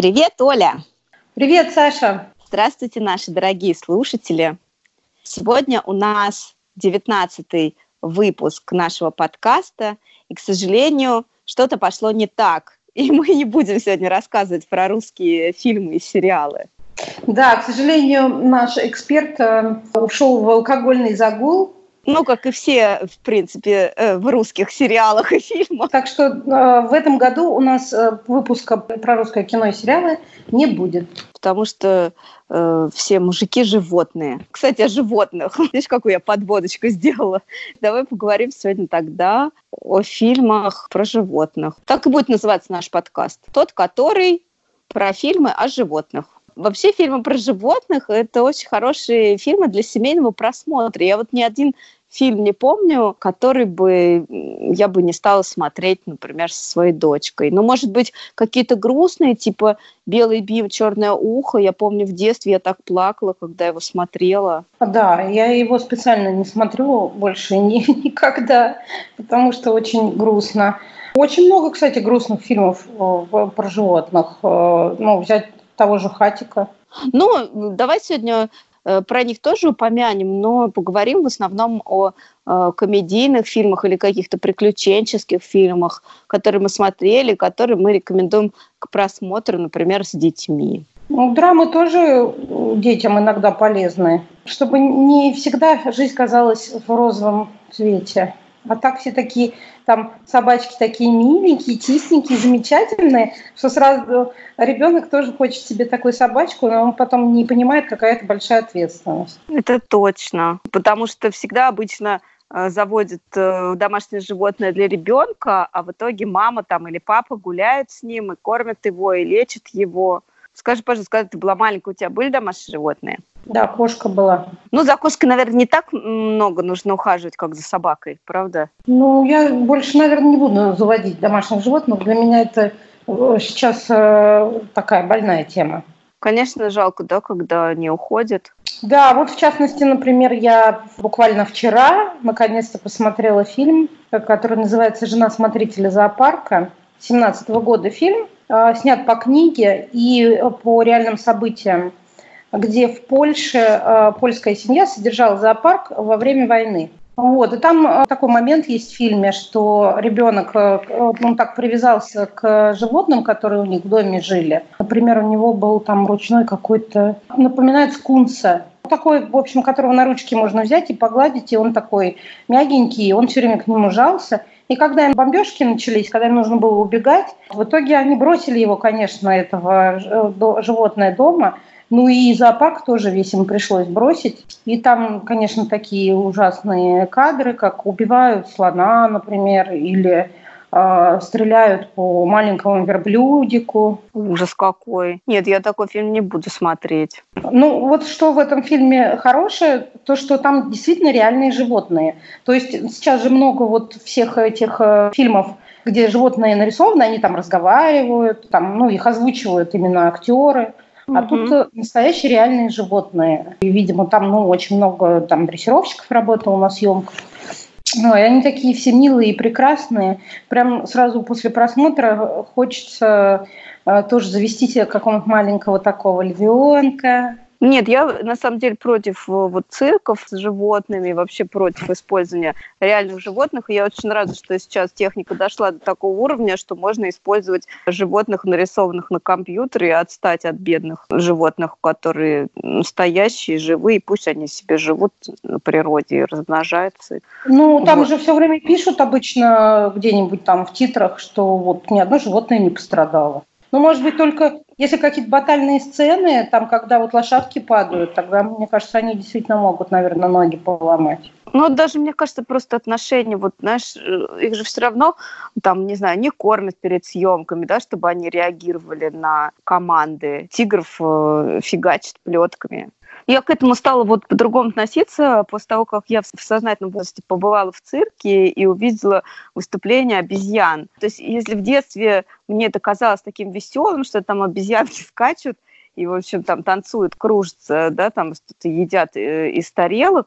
Привет, Оля! Привет, Саша! Здравствуйте, наши дорогие слушатели! Сегодня у нас 19-й выпуск нашего подкаста, и, к сожалению, что-то пошло не так. И мы не будем сегодня рассказывать про русские фильмы и сериалы. Да, к сожалению, наш эксперт ушел в алкогольный загул. Ну, как и все, в принципе, в русских сериалах и фильмах. Так что в этом году у нас выпуска про русское кино и сериалы не будет. Потому что все мужики животные. Кстати, о животных. Видишь, какую я подводочку сделала? Давай поговорим сегодня тогда о фильмах про животных. Так и будет называться наш подкаст. Тот, который про фильмы о животных. Вообще фильмы про животных – это очень хорошие фильмы для семейного просмотра. Я вот ни один фильм не помню, который бы я бы не стала смотреть, например, со своей дочкой. Но, может быть, какие-то грустные, типа «Белый бим, черное ухо». Я помню, в детстве я так плакала, когда его смотрела. Да, я его специально не смотрю больше никогда, потому что очень грустно. Очень много, кстати, грустных фильмов про животных. Ну, взять того же «Хатико». Ну, давай сегодня про них тоже упомянем, но поговорим в основном о комедийных фильмах или каких-то приключенческих фильмах, которые мы смотрели, которые мы рекомендуем к просмотру, например, с детьми. Ну, драмы тоже детям иногда полезны, чтобы не всегда жизнь казалась в розовом цвете. А так все такие, там собачки такие миленькие, чистенькие, замечательные, что сразу ребенок тоже хочет себе такую собачку, но он потом не понимает, какая это большая ответственность. Это точно, потому что всегда обычно заводят домашнее животное для ребенка, а в итоге мама там или папа гуляют с ним и кормят его, и лечат его. Скажи, пожалуйста, когда ты была маленькая, у тебя были домашние животные? Да, кошка была. Ну, за кошкой, наверное, не так много нужно ухаживать, как за собакой, правда? Ну, я больше, наверное, не буду заводить домашних животных. Для меня это сейчас такая больная тема. Конечно, жалко, да, когда они уходят. Да, вот в частности, например, я буквально вчера наконец-то посмотрела фильм, который называется «Жена смотрителя зоопарка». 17-го года фильм, снят по книге и по реальным событиям, где в Польше польская семья содержала зоопарк во время войны. Вот, и там такой момент есть в фильме, что ребенок, он так привязался к животным, которые у них в доме жили. Например, у него был там ручной какой-то, напоминает скунса. Такой, в общем, которого на ручки можно взять и погладить, и он такой мягенький, и он все время к нему жался. И когда им бомбежки начались, когда им нужно было убегать, в итоге они бросили его, конечно, этого животное дома. Ну и зоопарк тоже весь им пришлось бросить. И там, конечно, такие ужасные кадры, как убивают слона, например, или стреляют по маленькому верблюдику. Ужас какой. Нет, я такой фильм не буду смотреть. Ну, вот что в этом фильме хорошее, то, что там действительно реальные животные. То есть сейчас же много вот всех этих фильмов, где животные нарисованы, они там разговаривают, там, ну, их озвучивают именно актеры. А тут настоящие реальные животные. И, видимо, там очень много там дрессировщиков работало на съемках. Ну, и они такие все милые и прекрасные. Прям сразу после просмотра хочется тоже завести себе какого-нибудь маленького такого львенка. Нет, я на самом деле против вот цирков с животными, вообще против использования реальных животных. И я очень рада, что сейчас техника дошла до такого уровня, что можно использовать животных, нарисованных на компьютере, и отстать от бедных животных, которые настоящие, живые, пусть они себе живут на природе и размножаются. Ну, там же все время пишут обычно где-нибудь там в титрах, что вот ни одно животное не пострадало. Ну, может быть, только если какие-то батальные сцены, там, когда вот лошадки падают, тогда, мне кажется, они действительно могут, наверное, ноги поломать. Ну, даже, мне кажется, просто отношения, вот, знаешь, их же все равно, там, не знаю, не кормят перед съемками, да, чтобы они реагировали на команды. Тигров фигачат плетками. Я к этому стала вот по-другому относиться после того, как я в сознательном возрасте побывала в цирке и увидела выступление обезьян. То есть если в детстве мне это казалось таким веселым, что там обезьянки скачут и, в общем, там танцуют, кружатся, да, там что-то едят из тарелок,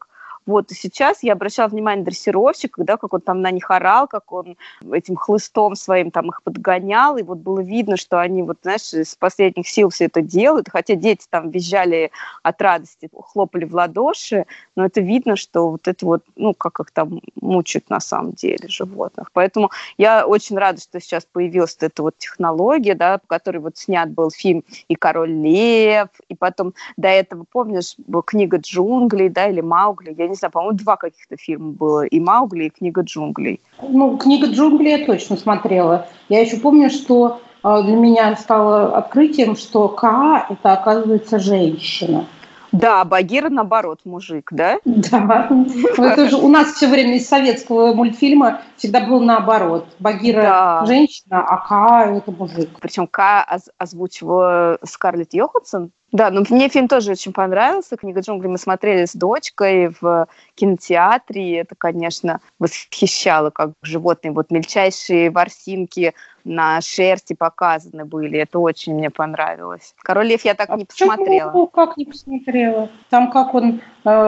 Вот, и сейчас я обращала внимание на дрессировщика, да, как он там на них орал, как он этим хлыстом своим там их подгонял, и вот было видно, что они вот, знаешь, из последних сил все это делают, хотя дети там визжали от радости, хлопали в ладоши, но это видно, что вот это вот, ну, как их там мучают на самом деле животных. Поэтому я очень рада, что сейчас появилась эта вот технология, да, по которой вот снят был фильм и «Король лев», и потом до этого, помнишь, была «Книга джунглей», да, или «Маугли», я не знаю, по-моему, 2 каких-то фильма было, и «Маугли», и «Книга джунглей». Ну, «Книга джунглей» я точно смотрела. Я еще помню, что для меня стало открытием, что Kaa – это, оказывается, женщина. Да, Багира, наоборот, мужик, да? Да. Это же у нас все время из советского мультфильма всегда было наоборот. Багира женщина, а Kaa – это мужик. Причем Kaa озвучивала Скарлетт Йоханссон. Да, но мне фильм тоже очень понравился. «Книга джунглей» мы смотрели с дочкой в кинотеатре. И это, конечно, восхищало, как животные. Вот мельчайшие ворсинки на шерсти показаны были. Это очень мне понравилось. «Король лев» я так не посмотрела. Ну, как не посмотрела? Там как он,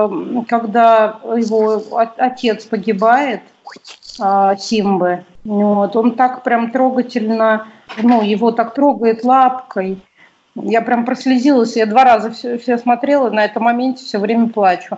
когда его отец погибает, Симбы, вот, он так прям трогательно, ну, его так трогает лапкой. Я прям прослезилась, я 2 раза все смотрела, на этом моменте все время плачу.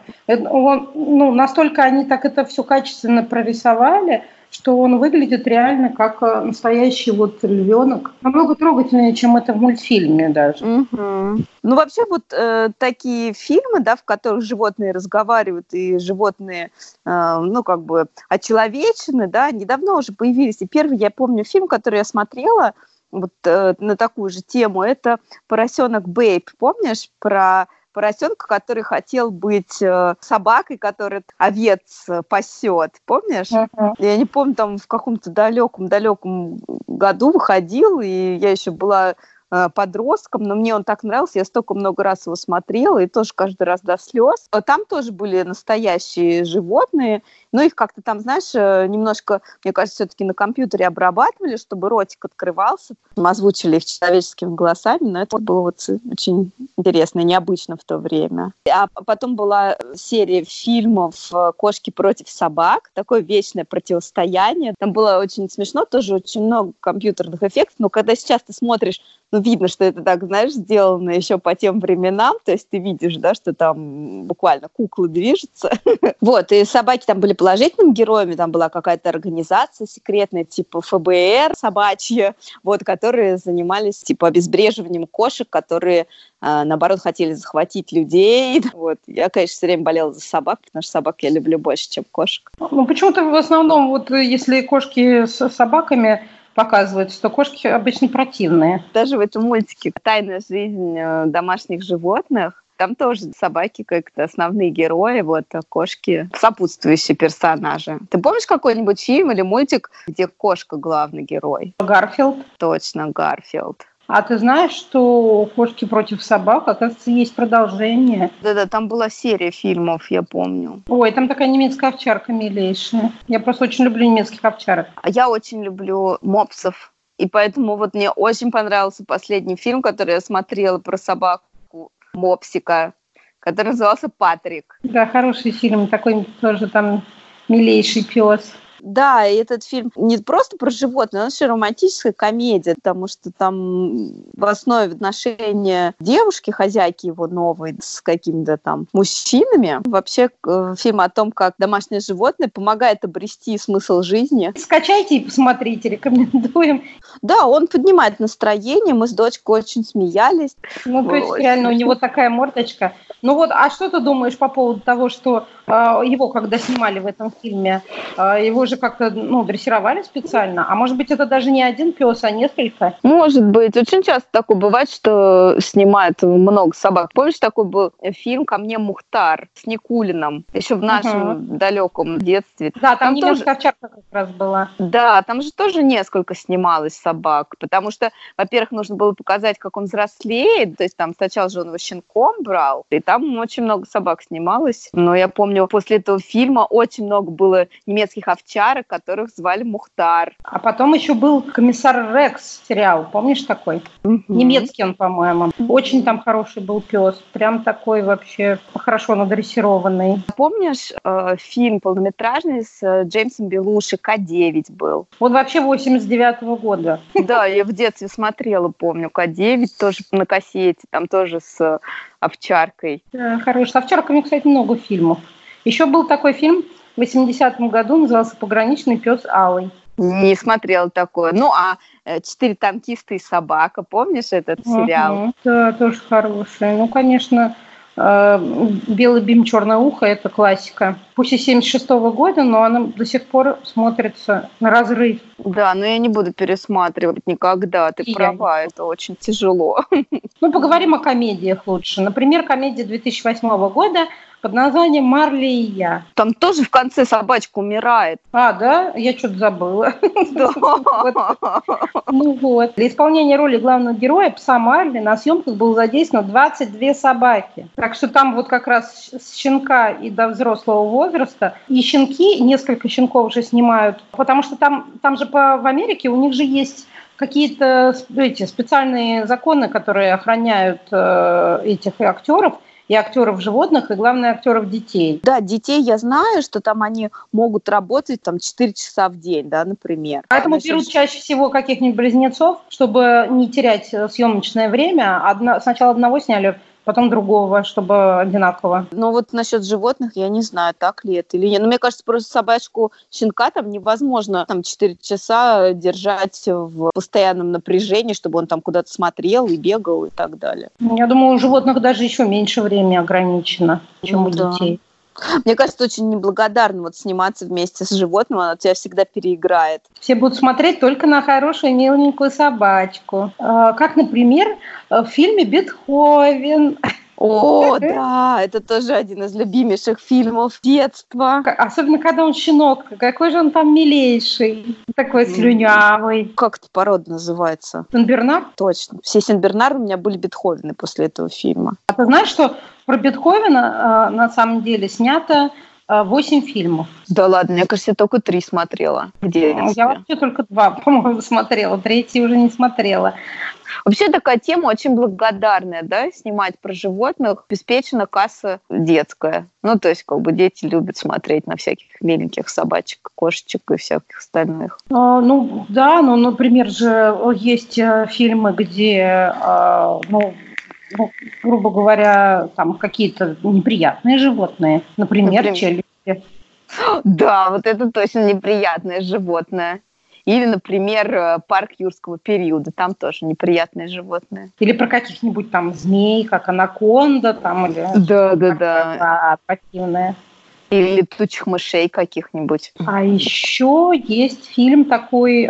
Настолько они так это все качественно прорисовали, что он выглядит реально как настоящий вот львенок. Намного трогательнее, чем это в мультфильме даже. Ну, вообще вот такие фильмы, да, в которых животные разговаривают и животные, ну, как бы очеловечены, да, они давно уже появились. И первый, я помню, фильм, который я смотрела, вот на такую же тему, это «Поросенок Бэйб». Помнишь про поросенка, который хотел быть собакой, который овец пасет? Помнишь? Я не помню, там в каком-то далеком году выходил, и я еще была подростком, но мне он так нравился, я столько много раз его смотрела, и тоже каждый раз до слез. Там тоже были настоящие животные, но их как-то там, знаешь, немножко, мне кажется, все-таки на компьютере обрабатывали, чтобы ротик открывался. Озвучили их человеческими голосами, но это было вот очень интересно и необычно в то время. А потом была серия фильмов «Кошки против собак», такое вечное противостояние. Там было очень смешно, тоже очень много компьютерных эффектов, но когда сейчас ты смотришь, ну, видно, что это так, знаешь, сделано еще по тем временам, то есть ты видишь, да, что там буквально куклы движутся. Вот, и собаки там были положительными героями, там была какая-то организация секретная, типа ФБР собачья, вот, которые занимались, типа, обезвреживанием кошек, которые, наоборот, хотели захватить людей. Вот, я, конечно, все время болела за собак, потому что собак я люблю больше, чем кошек. Ну, почему-то в основном, вот, если кошки с собаками показывают, что кошки обычно противные. Даже в этом мультике «Тайная жизнь домашних животных» там тоже собаки как-то основные герои, вот, а кошки сопутствующие персонажи. Ты помнишь какой-нибудь фильм или мультик, где кошка главный герой? Гарфилд. Точно, Гарфилд. А ты знаешь, что у «Кошки против собак», оказывается, есть продолжение? Да-да, там была серия фильмов, я помню. Ой, там такая немецкая овчарка милейшая. Я просто очень люблю немецких овчарок. А я очень люблю мопсов. И поэтому вот мне очень понравился последний фильм, который я смотрела про собаку мопсика, который назывался «Патрик». Да, хороший фильм, такой тоже там милейший пес. Да, и этот фильм не просто про животных, он еще романтическая комедия, потому что там в основе отношения девушки, хозяйки его новой, с какими-то там мужчинами. Вообще фильм о том, как домашнее животное помогает обрести смысл жизни. Скачайте и посмотрите, рекомендуем. Да, он поднимает настроение, мы с дочкой очень смеялись. Ну, то есть реально у него такая мордочка. Ну вот, а что ты думаешь по поводу того, что его, когда снимали в этом фильме, его же как-то, дрессировали специально? А может быть, это даже не один пес, а несколько? Может быть. Очень часто такое бывает, что снимают много собак. Помнишь, такой был фильм «Ко мне Мухтар» с Никулиным, еще в нашем далеком детстве. Да, там немножко овчарка как раз была. Да, там же тоже несколько снималось собак, потому что, во-первых, нужно было показать, как он взрослеет, то есть там сначала же он его щенком брал, и там очень много собак снималось. Но я помню, после этого фильма очень много было немецких овчарок, овчарок, которых звали Мухтар. А потом еще был «Комиссар Рекс» сериал, помнишь такой? Немецкий он, по-моему. Очень там хороший был пес, прям такой вообще хорошо надрессированный. Помнишь фильм полнометражный с Джеймсом Белуши «К-9» был? Вот вообще 89-го года. Да, я в детстве смотрела, помню, «К-9» тоже на кассете, там тоже с овчаркой. Да, хороший. С овчарками, кстати, много фильмов. Еще был такой фильм в 80-м году, назывался «Пограничный пес Алый». Не смотрела такое. Ну, а «Четыре танкиста и собака», помнишь этот сериал? Да, тоже хороший. Ну, конечно, «Белый бим, черное ухо» – это классика. Пусть и 76-го года, но она до сих пор смотрится на разрыв. Да, но я не буду пересматривать никогда. Ты права, это очень тяжело. Ну, поговорим о комедиях лучше. Например, комедия 2008 года под названием «Марли и я». Там тоже в конце собачка умирает. А, да? Я что-то забыла. Да. Ну вот. Для исполнения роли главного героя, пса Марли, на съемках было задействовано 22 собаки. Так что там вот как раз с щенка и до взрослого возраста. И щенки, несколько щенков уже снимают, потому что там же в Америке у них же есть какие-то эти специальные законы, которые охраняют этих актеров, и актеров животных, и, главное, актеров детей. Да, детей я знаю, что там они могут работать там 4 часа в день, да, например. Поэтому берут чаще всего каких-нибудь близнецов, чтобы не терять съемочное время. Сначала одного сняли, потом другого, чтобы одинаково. Но вот насчет животных я не знаю, так ли это или нет. Но мне кажется, просто собачку щенка там невозможно там 4 часа держать в постоянном напряжении, чтобы он там куда-то смотрел и бегал и так далее. Я думаю, у животных даже еще меньше времени ограничено, чем у детей. Мне кажется, очень неблагодарно вот сниматься вместе с животным, оно тебя всегда переиграет. Все будут смотреть только на хорошую, миленькую собачку. Как, например, в фильме «Бетховен». О, да, это тоже один из любимейших фильмов детства. Особенно, когда он щенок. Какой же он там милейший. Такой слюнявый. Как эта порода называется? Сен-Бернар? Точно. Все Сен-Бернары у меня были Бетховены после этого фильма. А ты знаешь, что про Бетховена на самом деле снято 8 фильмов? Да ладно, мне кажется, я только 3 смотрела в детстве. Я вообще только 2, по-моему, смотрела. 3 уже не смотрела. Вообще такая тема очень благодарная, да, снимать про животных. Обеспечена касса детская. Ну, то есть, как бы дети любят смотреть на всяких миленьких собачек, кошечек и всяких остальных. Ну, да, ну, например, же есть фильмы, где, грубо говоря, там какие-то неприятные животные. Например, челюсти. Да, вот это точно неприятное животное. Или, например, парк юрского периода, там тоже неприятные животные. Или про каких-нибудь там змей, как анаконда, там, или... Да. Противная. Или летучих мышей каких-нибудь. А еще есть фильм такой...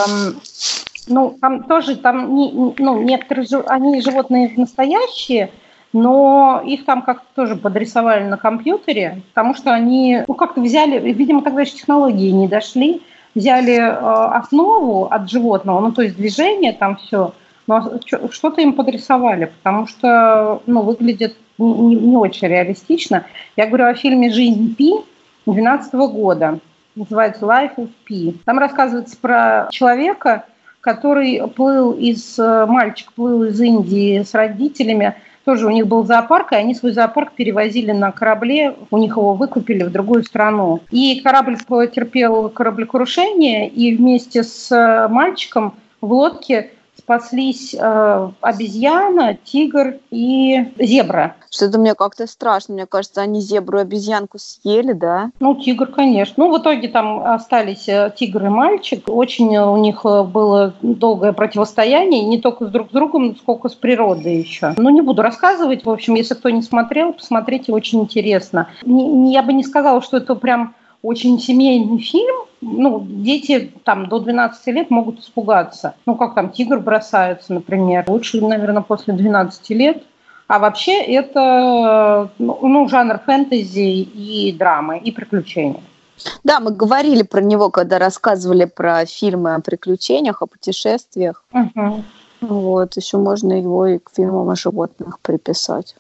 там тоже, некоторые они животные настоящие, но их там как-то тоже подрисовали на компьютере, потому что они, как-то взяли, видимо, тогда еще технологии не дошли, взяли основу от животного, то есть движение, там все, но что-то им подрисовали, потому что, выглядит не очень реалистично. Я говорю о фильме «Жизнь Пи» 2012 года, называется «Life of Pi». Там рассказывается про человека, который мальчик плыл из Индии с родителями. Тоже у них был зоопарк, и они свой зоопарк перевозили на корабле, у них его выкупили в другую страну. И корабль потерпел кораблекрушение, и вместе с мальчиком в лодке спаслись обезьяна, тигр и зебра. Что-то мне как-то страшно. Мне кажется, они зебру и обезьянку съели, да? Тигр, конечно. В итоге там остались тигр и мальчик. Очень у них было долгое противостояние, не только друг с другом, сколько с природой еще. Не буду рассказывать. В общем, если кто не смотрел, посмотрите, очень интересно. Я бы не сказала, что это прям очень семейный фильм. Дети там до 12 лет могут испугаться. Как там тигр бросается, например. Лучше, наверное, после 12 лет. А вообще это жанр фэнтези и драмы, и приключения. Да, мы говорили про него, когда рассказывали про фильмы о приключениях, о путешествиях. Угу. Еще можно его и к фильмам о животных приписать.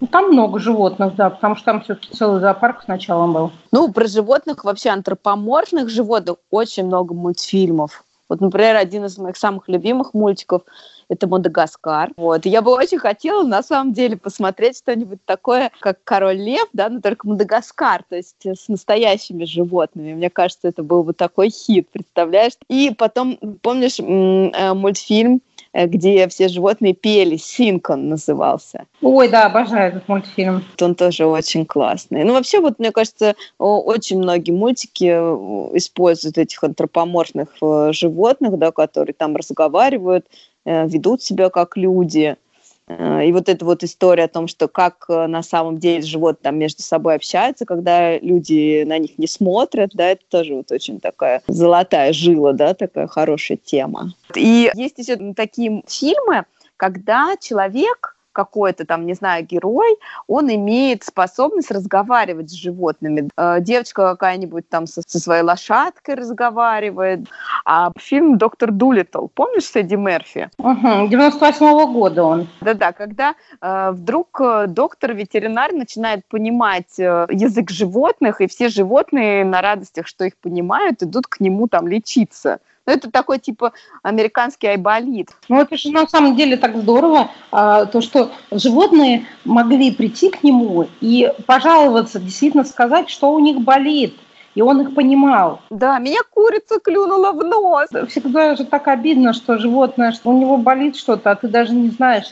Ну, там много животных, да, потому что там все-таки целый зоопарк сначала был. Ну, про животных, вообще антропоморфных животных очень много мультфильмов. Вот, например, один из моих самых любимых мультиков – это «Мадагаскар». Вот. И я бы очень хотела, на самом деле, посмотреть что-нибудь такое, как «Король лев», да, но только «Мадагаскар», то есть с настоящими животными. Мне кажется, это был бы такой хит, представляешь? И потом, помнишь, мультфильм, где все животные пели, «Синкон» назывался. Ой, да, обожаю этот мультфильм. Он тоже очень классный. Ну, вообще, вот, мне кажется, очень многие мультики используют этих антропоморфных животных, да, которые там разговаривают, ведут себя как люди. И вот эта вот история о том, что как на самом деле животные там между собой общаются, когда люди на них не смотрят, да, это тоже вот очень такая золотая жила, да, такая хорошая тема. И есть еще такие фильмы, когда человек какой-то там, не знаю, герой, он имеет способность разговаривать с животными. Девочка какая-нибудь там со своей лошадкой разговаривает. А фильм «Доктор Дулиттл», помнишь, с Эдди Мерфи? 98-го года он. Да-да, когда вдруг доктор-ветеринар начинает понимать язык животных, и все животные на радостях, что их понимают, идут к нему там лечиться. Ну, это такой, типа, американский айболит. Ну, это же на самом деле так здорово, то, что животные могли прийти к нему и пожаловаться, действительно сказать, что у них болит. И он их понимал. Да, меня курица клюнула в нос. Всегда же так обидно, что животное, что у него болит что-то, а ты даже не знаешь,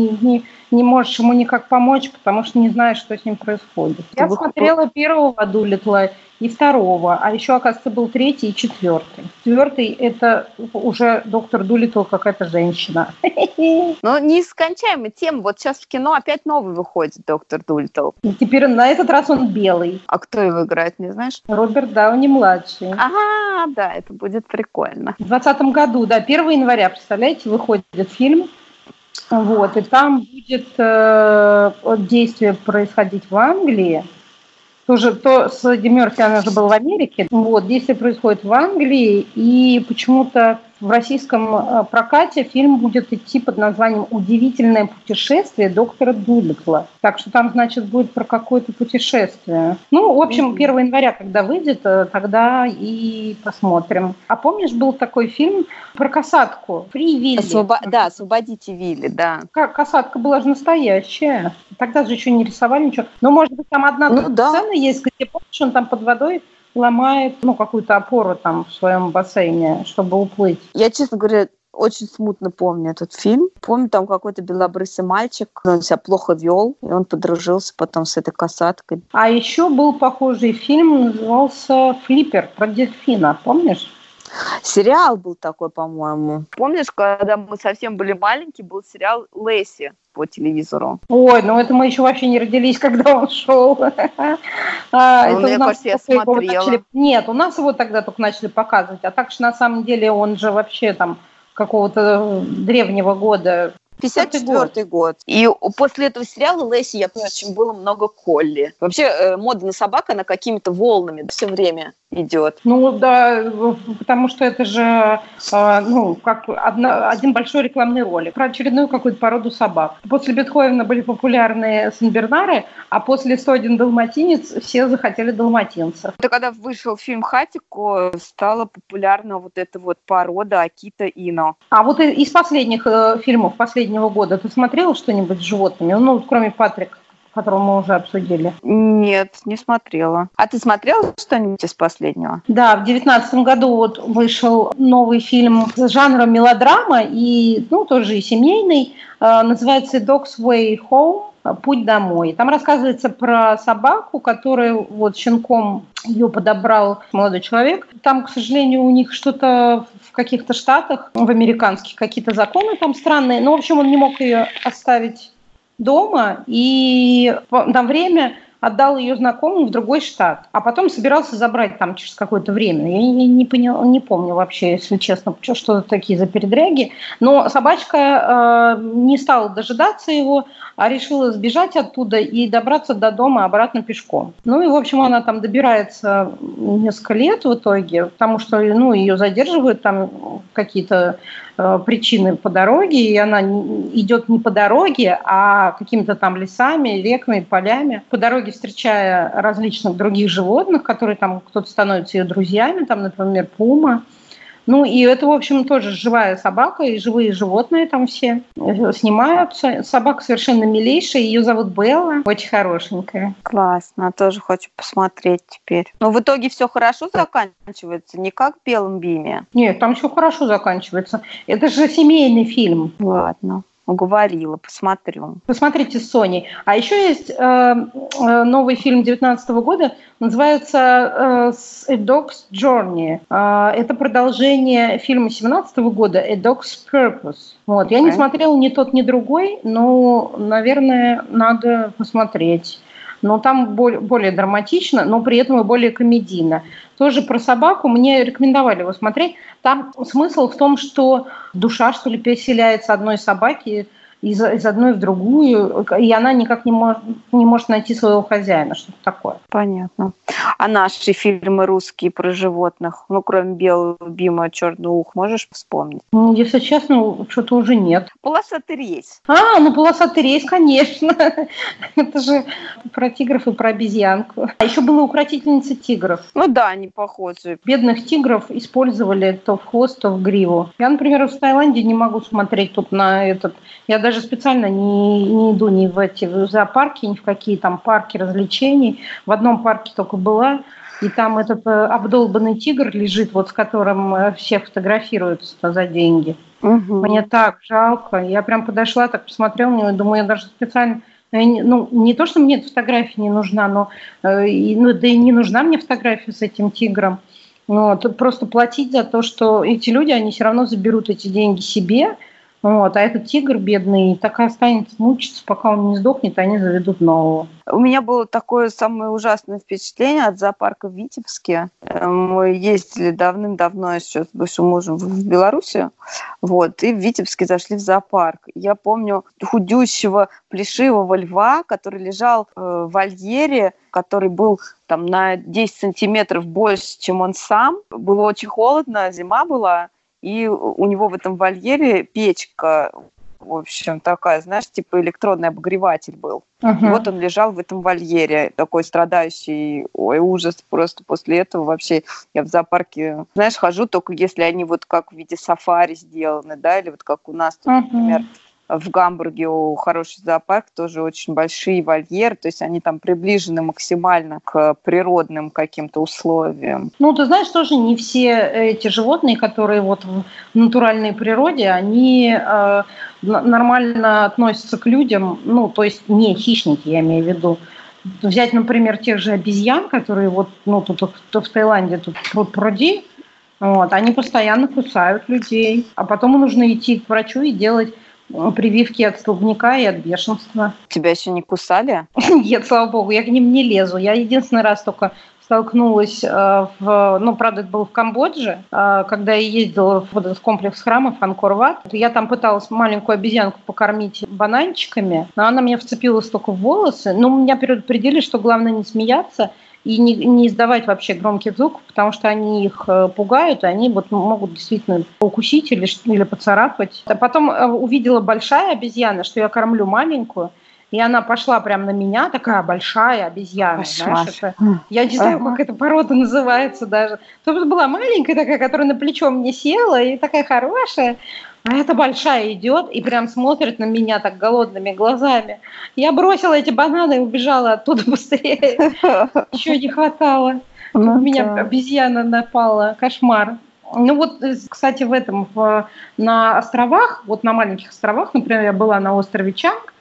не можешь ему никак помочь, потому что не знаешь, что с ним происходит. Я смотрела первого Дулиттла и второго, а еще, оказывается, был третий и четвертый. Четвертый – это уже доктор Дулиттл какая-то женщина. Ну, неискончаемая тема. Вот сейчас в кино опять новый выходит доктор Дулиттл. И теперь на этот раз он белый. А кто его играет, не знаешь? Роберт Дауни-младший. Ага, да, это будет прикольно. В 2020 году, да, 1 января, представляете, выходит фильм. Вот, и там будет действие происходить в Англии. Тоже то с Эдди Мерфи, она же была в Америке. Вот, действие происходит в Англии, и почему-то в российском прокате фильм будет идти под названием «Удивительное путешествие доктора Дулиттла». Так что там, значит, будет про какое-то путешествие. Ну, в общем, 1 января, когда выйдет, тогда и посмотрим. А помнишь, был такой фильм про касатку? Фри Вилли. Да, «Освободите Вилли», да. Касатка была же настоящая. Тогда же еще не рисовали ничего. Но, может быть, там одна сцена есть, где, помнишь, он там под водой ломает, какую-то опору там в своем бассейне, чтобы уплыть. Я, честно говоря, очень смутно помню этот фильм. Помню, там какой-то белобрысый мальчик, он себя плохо вел, и он подружился потом с этой касаткой. А еще был похожий фильм, назывался «Флиппер», про дельфина, помнишь? Сериал был такой, по-моему. Помнишь, когда мы совсем были маленькие, был сериал «Лесси» по телевизору? Ой, это мы еще вообще не родились, когда он шел. Мне кажется, я смотрела. Нет, у нас его тогда только начали показывать, а так же на самом деле он же вообще там какого-то древнего года. 54-й год. И после этого сериала Лесси, я понимаю, очень было много Колли. Вообще мода на собак, она какими-то волнами все время идет. Ну да, потому что это же как один большой рекламный ролик про очередную какую-то породу собак. После Бетховена были популярны сенбернары, а после 101 далматинец все захотели далматинцев. Это когда вышел фильм «Хатико», стала популярна вот эта вот порода Акита Ино. А вот из последних фильмов последнего года ты смотрела что-нибудь с животными? Кроме «Патрика», которого мы уже обсудили. Нет, не смотрела. А ты смотрела что-нибудь из последнего? Да, в 2019 году вышел новый фильм с жанром мелодрама, и тоже и семейный, называется «Dog's Way Home», «Путь домой». Там рассказывается про собаку, которую щенком ее подобрал молодой человек. Там, к сожалению, у них что-то в каких-то штатах, в американских, какие-то законы там странные. В общем, он не мог ее оставить дома, и на время отдал ее знакомому в другой штат, а потом собирался забрать там через какое-то время. Я не помню вообще, если честно, что такие за передряги. Но собачка не стала дожидаться его, а решила сбежать оттуда и добраться до дома обратно пешком. Ну и, в общем, она там добирается несколько лет в итоге, потому что ее задерживают там какие-то причины по дороге, и она идет не по дороге, а какими-то там лесами, реками, полями. По дороге встречая различных других животных, которые там кто-то становится ее друзьями, там, например, пума. Ну, и это, в общем, тоже живая собака, и живые животные там все снимаются. Собака совершенно милейшая, ее зовут Белла, очень хорошенькая. Классно, тоже хочу посмотреть теперь. Но в итоге все хорошо заканчивается, не как в «Белом биме». Нет, там все хорошо заканчивается. Это же семейный фильм. Ладно. Уговорила, посмотрю. Посмотрите с Соней. А еще есть новый фильм 2019 года, называется «A Dog's Journey». Это продолжение фильма 2017 года «A Dog's Purpose». Вот. Я не смотрела ни тот, ни другой, но, наверное, надо посмотреть. Но там более драматично, но при этом и более комедийно. Тоже про собаку, мне рекомендовали его смотреть. Там смысл в том, что душа, что ли, переселяется одной собаки из одной в другую, и она никак не может найти своего хозяина, что-то такое. Понятно. А наши фильмы русские про животных, кроме «Белого бима», «Черный ух», можешь вспомнить? Если честно, что-то уже нет. «Полосатый рейс». «Полосатый рейс», конечно. Это же про тигров и про обезьянку. А еще была «Укротительница тигров». Да, они похожи. Бедных тигров использовали то в хвост, то в гриву. Я, например, в Таиланде не могу смотреть тут на этот... Я даже специально не иду ни в эти зоопарки, ни в какие там парки развлечений. В одном парке только была, и там этот обдолбанный тигр лежит, с которым все фотографируются за деньги. Угу. Мне так жалко. Я прям подошла, так посмотрела на него, думаю, я даже специально... не то, что мне эта фотография не нужна, но да и не нужна мне фотография с этим тигром. Просто платить за то, что эти люди, они все равно заберут эти деньги себе, а этот тигр бедный так и останется мучиться, пока он не сдохнет, а они заведут нового. У меня было такое самое ужасное впечатление от зоопарка в Витебске. Мы ездили давным-давно еще с бывшим мужем в Белоруссию, и в Витебске зашли в зоопарк. Я помню худющего плешивого льва, который лежал в вольере, который был там на 10 сантиметров больше, чем он сам. Было очень холодно, зима была, и у него в этом вольере печка, в общем, такая, знаешь, типа электронный обогреватель был. Uh-huh. Он лежал в этом вольере, такой страдающий. Ой, ужас просто после этого вообще. Я в зоопарке, знаешь, хожу только если они как в виде сафари сделаны, да, или как у нас тут, например, в Гамбурге у хороший зоопарк, тоже очень большие вольеры, то есть они там приближены максимально к природным каким-то условиям. Ты знаешь, тоже не все эти животные, которые в натуральной природе, они нормально относятся к людям, то есть не хищники, я имею в виду. Взять, например, тех же обезьян, которые тут в Таиланде, тут пруд-пруди, они постоянно кусают людей, а потом нужно идти к врачу и делать прививки от столбняка и от бешенства. Тебя еще не кусали? Нет, слава богу, я к ним не лезу. Я единственный раз только столкнулась правда, это было в Камбодже, когда я ездила в этот комплекс храмов Анкор-Ват. Я там пыталась маленькую обезьянку покормить бананчиками, но она меня вцепилась только в волосы. Меня предупредили, что главное не смеяться и не издавать вообще громких звуков, потому что они их пугают, и они могут действительно укусить или поцарапать. А потом увидела большая обезьяна, что я кормлю маленькую, и она пошла прямо на меня, такая большая обезьяна. Знаешь, я не знаю, как эта порода называется даже. Тут была маленькая такая, которая на плечо мне села, и такая хорошая. А эта большая идет и прям смотрит на меня так голодными глазами. Я бросила эти бананы и убежала оттуда быстрее. Еще не хватало. У меня обезьяна напала. Кошмар. Кстати, на островах, на маленьких островах, например, я была на острове Чанг,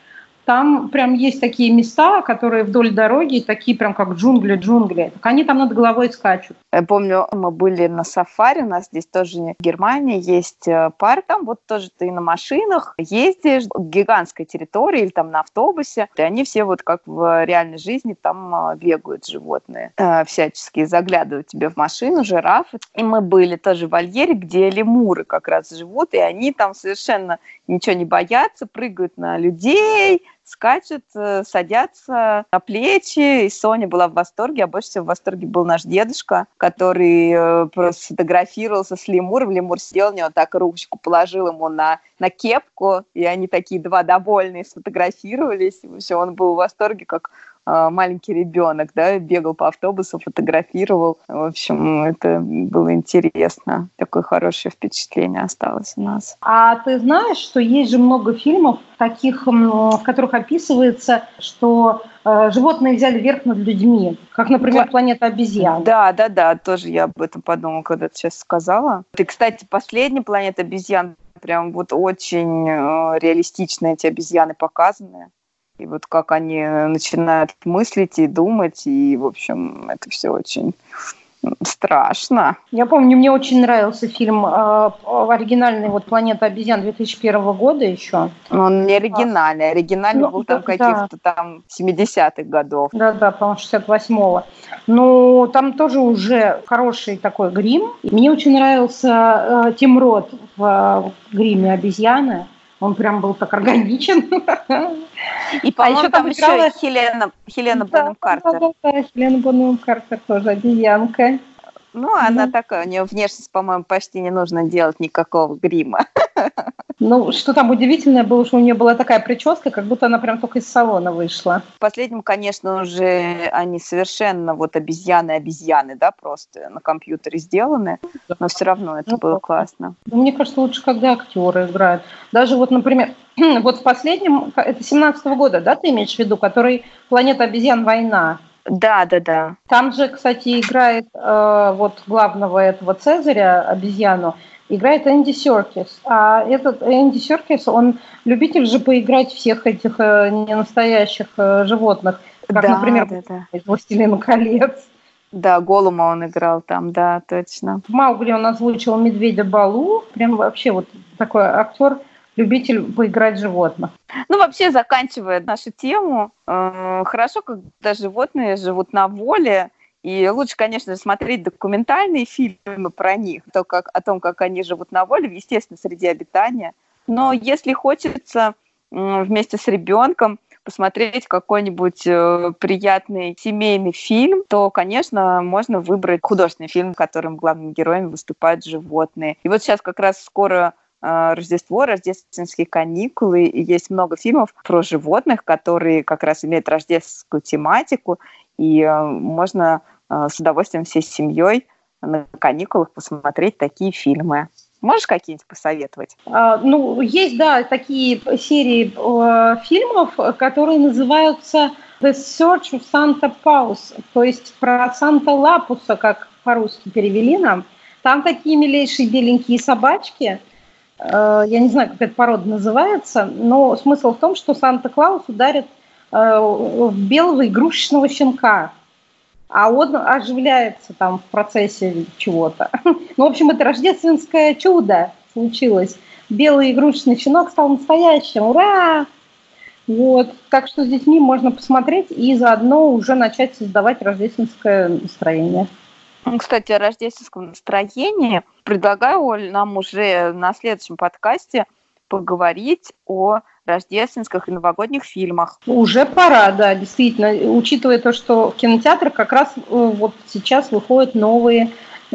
там прям есть такие места, которые вдоль дороги, такие прям как джунгли. Так они там над головой скачут. Я помню, мы были на сафари, у нас здесь тоже в Германии есть парк, там вот тоже ты на машинах ездишь, гигантская территория или там на автобусе, и они все вот как в реальной жизни там бегают животные, всячески заглядывают тебе в машину, жирафы. И мы были тоже в вольере, где лемуры как раз живут, и они там совершенно ничего не боятся, прыгают на людей, скачут, садятся на плечи. И Соня была в восторге, а больше всего в восторге был наш дедушка, который просто сфотографировался с лемуром. Лемур сидел, у него так ручку положил ему на кепку, и они такие два довольные сфотографировались. И вообще он был в восторге, как маленький ребенок, да, бегал по автобусу, фотографировал. В общем, это было интересно. Такое хорошее впечатление осталось у нас. А ты знаешь, что есть же много фильмов таких, в которых описывается, что животные взяли верх над людьми, как, например, «Планета обезьян». Да, тоже я об этом подумала, когда ты сейчас сказала. И, кстати, последняя «Планета обезьян», прям вот очень реалистично эти обезьяны показаны. И вот как они начинают мыслить и думать, и, в общем, это все очень страшно. Я помню, мне очень нравился фильм оригинальный вот «Планета обезьян» 2001 года еще. Он не оригинальный. Оригинальный был там каких-то там 70-х годов. Да, по-моему, 68-го. Ну, там тоже уже хороший такой грим. Мне очень нравился Тим Рот в гриме обезьяны. Он прям был так органичен. И, по-моему, там еще Хелена Бонем Картер. Да, Хелена Бонем Картер тоже обезьянка. Ну, она такая, у нее внешность, по-моему, почти не нужно делать никакого грима. Ну, что там удивительное было, что у нее была такая прическа, как будто она прям только из салона вышла. В последнем, конечно, уже они совершенно вот обезьяны, да, просто на компьютере сделаны, но все равно это было классно. Мне кажется, лучше, когда актеры играют. Даже вот, например, вот в последнем, это 17-го года, да, ты имеешь в виду, который «Планета обезьян. Война». Да. Там же, кстати, играет вот главного этого Цезаря, обезьяну, играет Энди Серкис. А этот Энди Серкис, он любитель же поиграть всех этих ненастоящих животных, как, например, «Властелин колец». Да, Голума он играл там, да, точно. В «Маугли» он озвучил медведя Балу. Прям вообще вот такой актер, любитель поиграть животных. Ну, вообще, заканчивая нашу тему, хорошо, когда животные живут на воле, и лучше, конечно, смотреть документальные фильмы про них, о том, как они живут на воле, в естественной среде обитания. Но если хочется вместе с ребенком посмотреть какой-нибудь приятный семейный фильм, то, конечно, можно выбрать художественный фильм, в котором главными героями выступают животные. И вот сейчас как раз скоро Рождество, рождественские каникулы, и есть много фильмов про животных, которые как раз имеют рождественскую тематику, и можно с удовольствием всей семьей на каникулах посмотреть такие фильмы. Можешь какие-нибудь посоветовать? Ну, есть, да, такие серии фильмов, которые называются «The Search of Santa Paws», то есть про Санта-Лапуса, как по-русски перевели нам. Там такие милейшие беленькие собачки. Я не знаю, как эта порода называется, но смысл в том, что Санта-Клаус ударит в белого игрушечного щенка, а он оживляется там в процессе чего-то. Ну, в общем, это рождественское чудо случилось. Белый игрушечный щенок стал настоящим. Ура! Вот. Так что с детьми можно посмотреть и заодно уже начать создавать рождественское настроение. Кстати, о рождественском настроении предлагаю, Оль, нам уже на следующем подкасте поговорить о рождественских и новогодних фильмах. Уже пора, да, действительно, учитывая то, что в кинотеатрах как раз вот сейчас выходят новые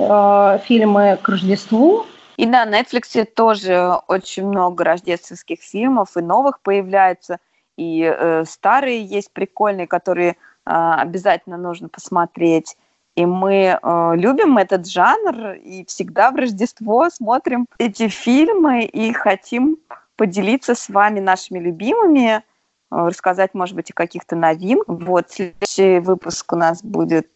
фильмы к Рождеству. И на Netflix тоже очень много рождественских фильмов, и новых появляется, и старые есть прикольные, которые обязательно нужно посмотреть. И мы любим этот жанр, и всегда в Рождество смотрим эти фильмы и хотим поделиться с вами нашими любимыми, рассказать, может быть, о каких-то новинках. Вот, следующий выпуск у нас будет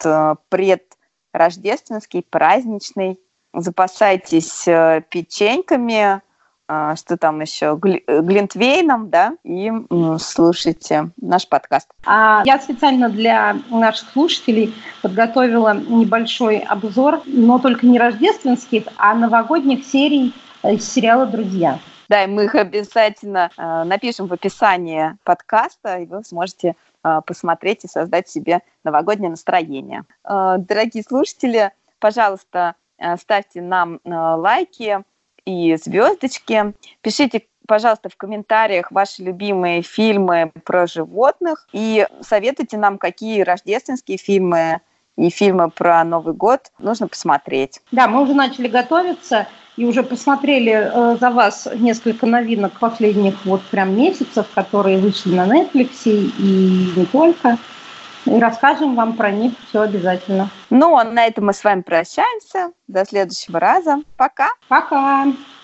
предрождественский, праздничный. Запасайтесь печеньками, что там еще, глинтвейном, да, и слушайте наш подкаст. Я специально для наших слушателей подготовила небольшой обзор, но только не рождественских, а новогодних серий из сериала «Друзья». Да, и мы их обязательно напишем в описании подкаста, и вы сможете посмотреть и создать себе новогоднее настроение. Дорогие слушатели, пожалуйста, ставьте нам лайки и звездочки. Пишите, пожалуйста, в комментариях ваши любимые фильмы про животных и советуйте нам, какие рождественские фильмы и фильмы про Новый год нужно посмотреть. Да, мы уже начали готовиться и уже посмотрели за вас несколько новинок последних вот прям месяцев, которые вышли на Netflix и не только. И расскажем вам про них все обязательно. Ну, а на этом мы с вами прощаемся. До следующего раза. Пока. Пока.